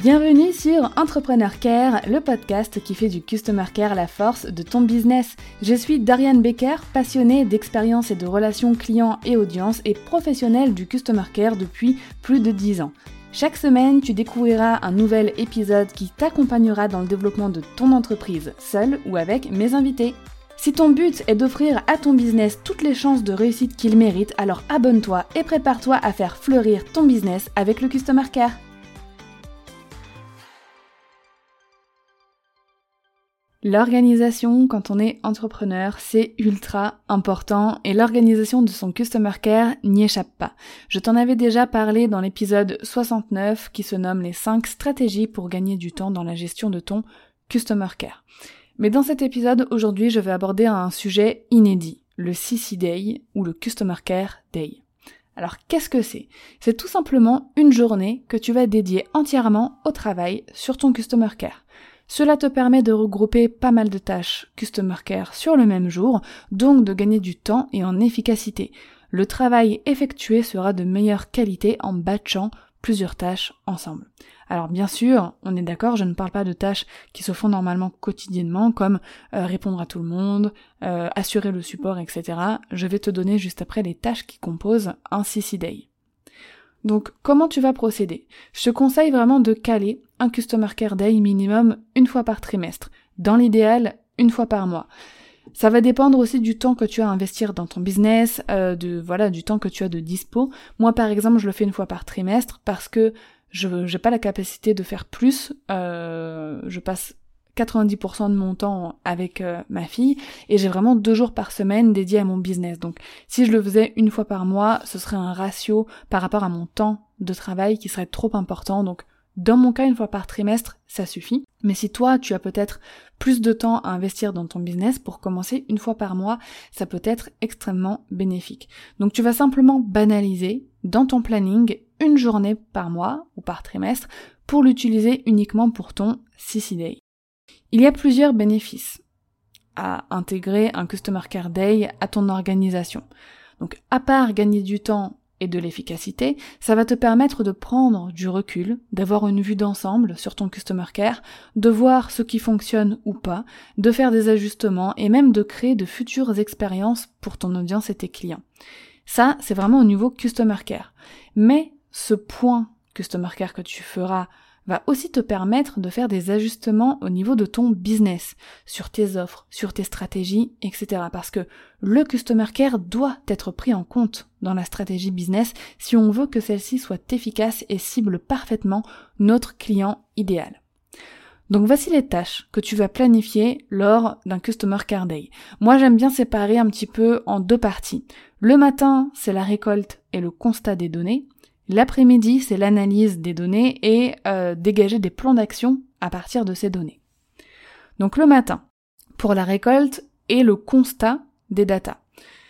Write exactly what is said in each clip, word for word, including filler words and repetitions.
Bienvenue sur Entrepreneur Care, le podcast qui fait du Customer Care la force de ton business. Je suis Dariane Becker, passionnée d'expérience et de relations clients et audience et professionnelle du Customer Care depuis plus de dix ans. Chaque semaine, tu découvriras un nouvel épisode qui t'accompagnera dans le développement de ton entreprise, seul ou avec mes invités. Si ton but est d'offrir à ton business toutes les chances de réussite qu'il mérite, alors abonne-toi et prépare-toi à faire fleurir ton business avec le Customer Care. L'organisation, quand on est entrepreneur, c'est ultra important et l'organisation de son Customer Care n'y échappe pas. Je t'en avais déjà parlé dans l'épisode soixante-neuf qui se nomme les cinq stratégies pour gagner du temps dans la gestion de ton Customer Care. Mais dans cet épisode, aujourd'hui, je vais aborder un sujet inédit, le C C Day ou le Customer Care Day. Alors, qu'est-ce que c'est ? C'est tout simplement une journée que tu vas dédier entièrement au travail sur ton Customer Care. Cela te permet de regrouper pas mal de tâches Customer Care sur le même jour, donc de gagner du temps et en efficacité. Le travail effectué sera de meilleure qualité en batchant plusieurs tâches ensemble. Alors bien sûr, on est d'accord, je ne parle pas de tâches qui se font normalement quotidiennement, comme euh, répondre à tout le monde, euh, assurer le support, et cetera. Je vais te donner juste après les tâches qui composent un C C Day. Donc, comment tu vas procéder ? Je te conseille vraiment de caler un Customer Care Day minimum une fois par trimestre. Dans l'idéal, une fois par mois. Ça va dépendre aussi du temps que tu as à investir dans ton business, euh, de voilà, du temps que tu as de dispo. Moi, par exemple, je le fais une fois par trimestre parce que je n'ai pas la capacité de faire plus. Euh, je passe quatre-vingt-dix pour cent de mon temps avec euh, ma fille et j'ai vraiment deux jours par semaine dédiés à mon business. Donc si je le faisais une fois par mois, ce serait un ratio par rapport à mon temps de travail qui serait trop important. Donc dans mon cas, une fois par trimestre, ça suffit. Mais si toi, tu as peut-être plus de temps à investir dans ton business, pour commencer une fois par mois, ça peut être extrêmement bénéfique. Donc tu vas simplement banaliser dans ton planning une journée par mois ou par trimestre pour l'utiliser uniquement pour ton C C Day. Il y a plusieurs bénéfices à intégrer un Customer Care Day à ton organisation. Donc, à part gagner du temps et de l'efficacité, ça va te permettre de prendre du recul, d'avoir une vue d'ensemble sur ton Customer Care, de voir ce qui fonctionne ou pas, de faire des ajustements et même de créer de futures expériences pour ton audience et tes clients. Ça, c'est vraiment au niveau Customer Care. Mais ce point Customer Care que tu feras va aussi te permettre de faire des ajustements au niveau de ton business, sur tes offres, sur tes stratégies, et cetera. Parce que le Customer Care doit être pris en compte dans la stratégie business si on veut que celle-ci soit efficace et cible parfaitement notre client idéal. Donc voici les tâches que tu vas planifier lors d'un Customer Care Day. Moi j'aime bien séparer un petit peu en deux parties. Le matin, c'est la récolte et le constat des données. L'après-midi, c'est l'analyse des données et euh, dégager des plans d'action à partir de ces données. Donc le matin, pour la récolte et le constat des datas.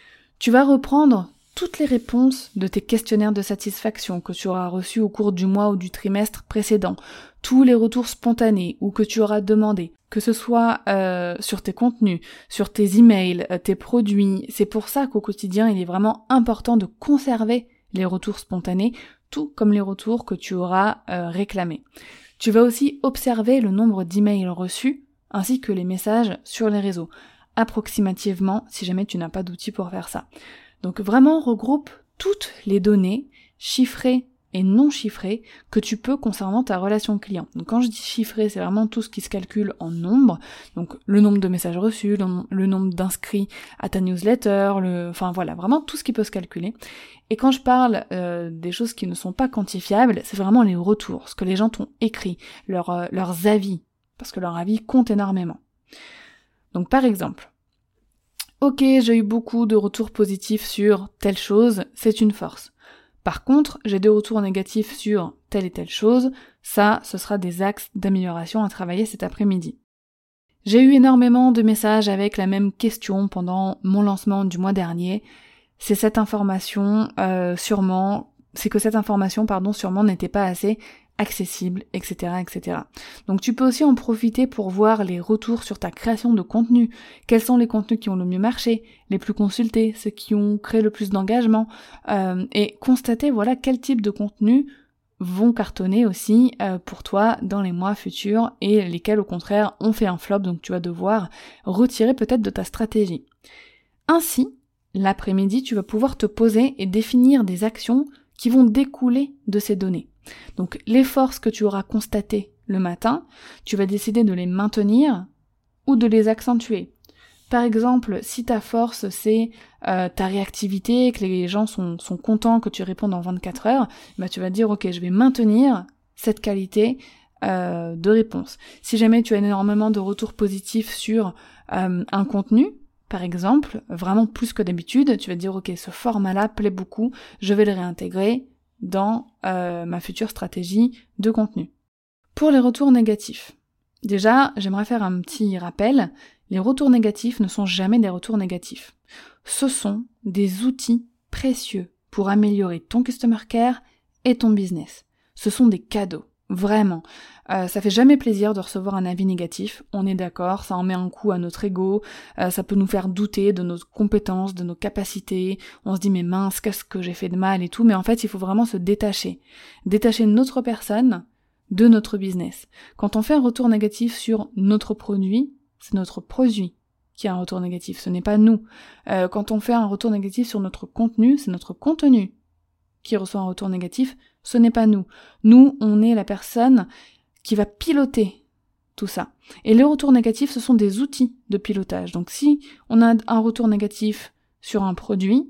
Tu vas reprendre toutes les réponses de tes questionnaires de satisfaction que tu auras reçus au cours du mois ou du trimestre précédent, tous les retours spontanés ou que tu auras demandé, que ce soit euh, sur tes contenus, sur tes emails, tes produits. C'est pour ça qu'au quotidien, il est vraiment important de conserver les retours spontanés, tout comme les retours que tu auras euh, réclamés. Tu vas aussi observer le nombre d'emails reçus, ainsi que les messages sur les réseaux, approximativement, si jamais tu n'as pas d'outils pour faire ça. Donc vraiment, regroupe toutes les données chiffrées et non chiffrées que tu peux concernant ta relation client. Donc quand je dis chiffré, c'est vraiment tout ce qui se calcule en nombre, donc le nombre de messages reçus, le, le nombre d'inscrits à ta newsletter, le, enfin voilà, vraiment tout ce qui peut se calculer. Et quand je parle euh, des choses qui ne sont pas quantifiables, c'est vraiment les retours, ce que les gens t'ont écrit, leur, euh, leurs avis, parce que leur avis compte énormément. Donc par exemple, ok, j'ai eu beaucoup de retours positifs sur telle chose, c'est une force. Par contre, j'ai des retours négatifs sur telle et telle chose, ça, ce sera des axes d'amélioration à travailler cet après-midi. J'ai eu énormément de messages avec la même question pendant mon lancement du mois dernier. C'est cette information, euh, sûrement, c'est que cette information, pardon, sûrement n'était pas assez accessible, et cetera, et cetera. Donc tu peux aussi en profiter pour voir les retours sur ta création de contenu. Quels sont les contenus qui ont le mieux marché, les plus consultés, ceux qui ont créé le plus d'engagement, euh, et constater voilà quel type de contenu vont cartonner aussi euh, pour toi dans les mois futurs et lesquels au contraire ont fait un flop, donc tu vas devoir retirer peut-être de ta stratégie. Ainsi, l'après-midi, tu vas pouvoir te poser et définir des actions qui vont découler de ces données. Donc les forces que tu auras constatées le matin, tu vas décider de les maintenir ou de les accentuer. Par exemple, si ta force c'est euh, ta réactivité, que les gens sont, sont contents que tu répondes en vingt-quatre heures, bah tu vas te dire ok, je vais maintenir cette qualité euh, de réponse. Si jamais tu as énormément de retours positifs sur euh, un contenu, par exemple, vraiment plus que d'habitude, tu vas te dire ok, ce format-là plaît beaucoup, je vais le réintégrer dans euh, ma future stratégie de contenu. Pour les retours négatifs, déjà, j'aimerais faire un petit rappel. Les retours négatifs ne sont jamais des retours négatifs. Ce sont des outils précieux pour améliorer ton customer care et ton business. Ce sont des cadeaux, vraiment. Euh, ça fait jamais plaisir de recevoir un avis négatif, on est d'accord, ça en met un coup à notre ego, euh, ça peut nous faire douter de nos compétences, de nos capacités, on se dit mais mince, qu'est-ce que j'ai fait de mal et tout, mais en fait il faut vraiment se détacher. Détacher notre personne de notre business. Quand on fait un retour négatif sur notre produit, c'est notre produit qui a un retour négatif, ce n'est pas nous. Euh, quand on fait un retour négatif sur notre contenu, c'est notre contenu qui reçoit un retour négatif, ce n'est pas nous. Nous, on est la personne qui va piloter tout ça. Et les retours négatifs, ce sont des outils de pilotage. Donc si on a un retour négatif sur un produit,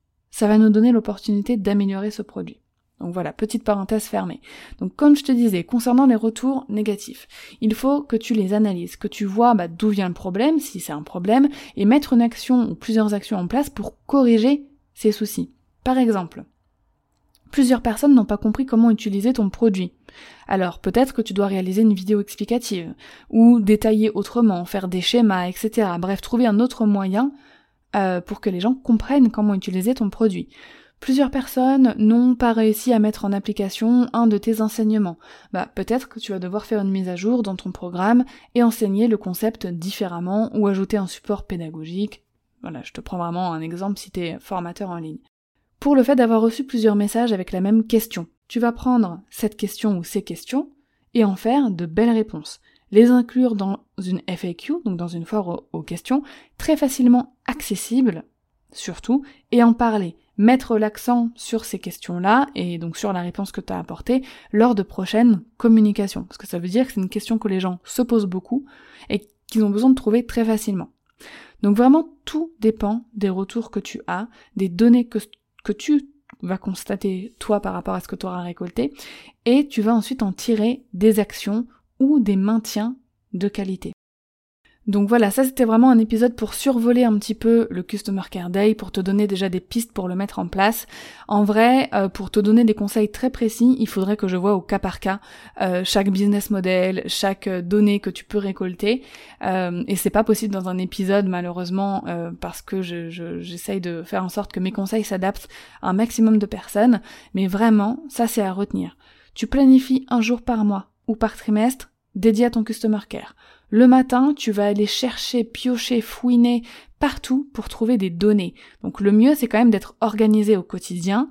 ça va nous donner l'opportunité d'améliorer ce produit. Donc voilà, petite parenthèse fermée. Donc comme je te disais, concernant les retours négatifs, il faut que tu les analyses, que tu vois bah, d'où vient le problème, si c'est un problème, et mettre une action ou plusieurs actions en place pour corriger ces soucis. Par exemple, plusieurs personnes n'ont pas compris comment utiliser ton produit. Alors peut-être que tu dois réaliser une vidéo explicative, ou détailler autrement, faire des schémas, et cetera. Bref, trouver un autre moyen euh, pour que les gens comprennent comment utiliser ton produit. Plusieurs personnes n'ont pas réussi à mettre en application un de tes enseignements. Bah, peut-être que tu vas devoir faire une mise à jour dans ton programme et enseigner le concept différemment ou ajouter un support pédagogique. Voilà, je te prends vraiment un exemple si tu es formateur en ligne. Pour le fait d'avoir reçu plusieurs messages avec la même question, tu vas prendre cette question ou ces questions et en faire de belles réponses. Les inclure dans une F A Q, donc dans une foire aux questions, très facilement accessible, surtout, et en parler. Mettre l'accent sur ces questions-là, et donc sur la réponse que tu as apportée, lors de prochaines communications. Parce que ça veut dire que c'est une question que les gens se posent beaucoup, et qu'ils ont besoin de trouver très facilement. Donc vraiment, tout dépend des retours que tu as, des données que, que tu vas constater, toi, par rapport à ce que tu auras récolté, et tu vas ensuite en tirer des actions ou des maintiens de qualité. Donc voilà, ça c'était vraiment un épisode pour survoler un petit peu le Customer Care Day, pour te donner déjà des pistes pour le mettre en place. En vrai, euh, pour te donner des conseils très précis, il faudrait que je vois au cas par cas euh, chaque business model, chaque donnée que tu peux récolter. Euh, et c'est pas possible dans un épisode malheureusement euh, parce que je, je, j'essaye de faire en sorte que mes conseils s'adaptent à un maximum de personnes. Mais vraiment, ça c'est à retenir. Tu planifies un jour par mois ou par trimestre dédié à ton Customer Care. Le matin, tu vas aller chercher, piocher, fouiner partout pour trouver des données. Donc le mieux, c'est quand même d'être organisé au quotidien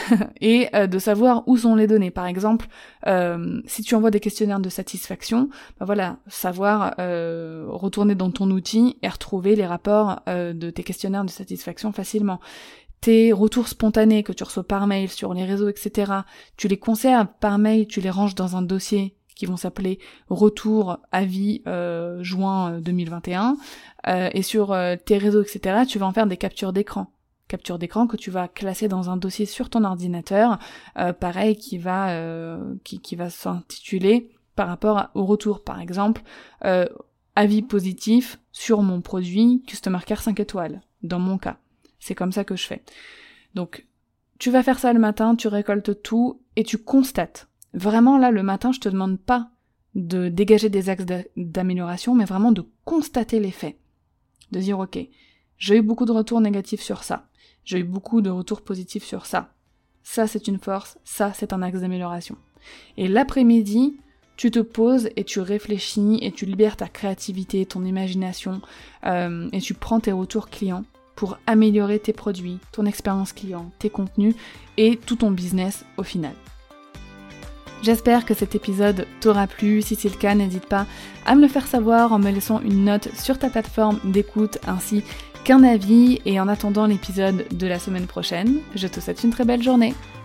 et euh, de savoir où sont les données. Par exemple, euh, si tu envoies des questionnaires de satisfaction, bah voilà, savoir euh, retourner dans ton outil et retrouver les rapports euh, de tes questionnaires de satisfaction facilement. Tes retours spontanés que tu reçois par mail sur les réseaux, et cetera, tu les conserves par mail, tu les ranges dans un dossier qui vont s'appeler retour avis euh, juin deux mille vingt et un, euh, et sur euh, tes réseaux, et cetera, tu vas en faire des captures d'écran. Capture d'écran que tu vas classer dans un dossier sur ton ordinateur, euh, pareil, qui va euh, qui, qui va s'intituler par rapport à, au retour, par exemple, euh, avis positif sur mon produit Customer Care cinq étoiles, dans mon cas. C'est comme ça que je fais. Donc, tu vas faire ça le matin, tu récoltes tout, et tu constates. Vraiment, là, le matin, je te demande pas de dégager des axes d'amélioration, mais vraiment de constater les faits. De dire, ok, j'ai eu beaucoup de retours négatifs sur ça. J'ai eu beaucoup de retours positifs sur ça. Ça, c'est une force. Ça, c'est un axe d'amélioration. Et l'après-midi, tu te poses et tu réfléchis et tu libères ta créativité, ton imagination, euh, et tu prends tes retours clients pour améliorer tes produits, ton expérience client, tes contenus et tout ton business au final. J'espère que cet épisode t'aura plu. Si c'est le cas, n'hésite pas à me le faire savoir en me laissant une note sur ta plateforme d'écoute ainsi qu'un avis. Et en attendant l'épisode de la semaine prochaine, je te souhaite une très belle journée.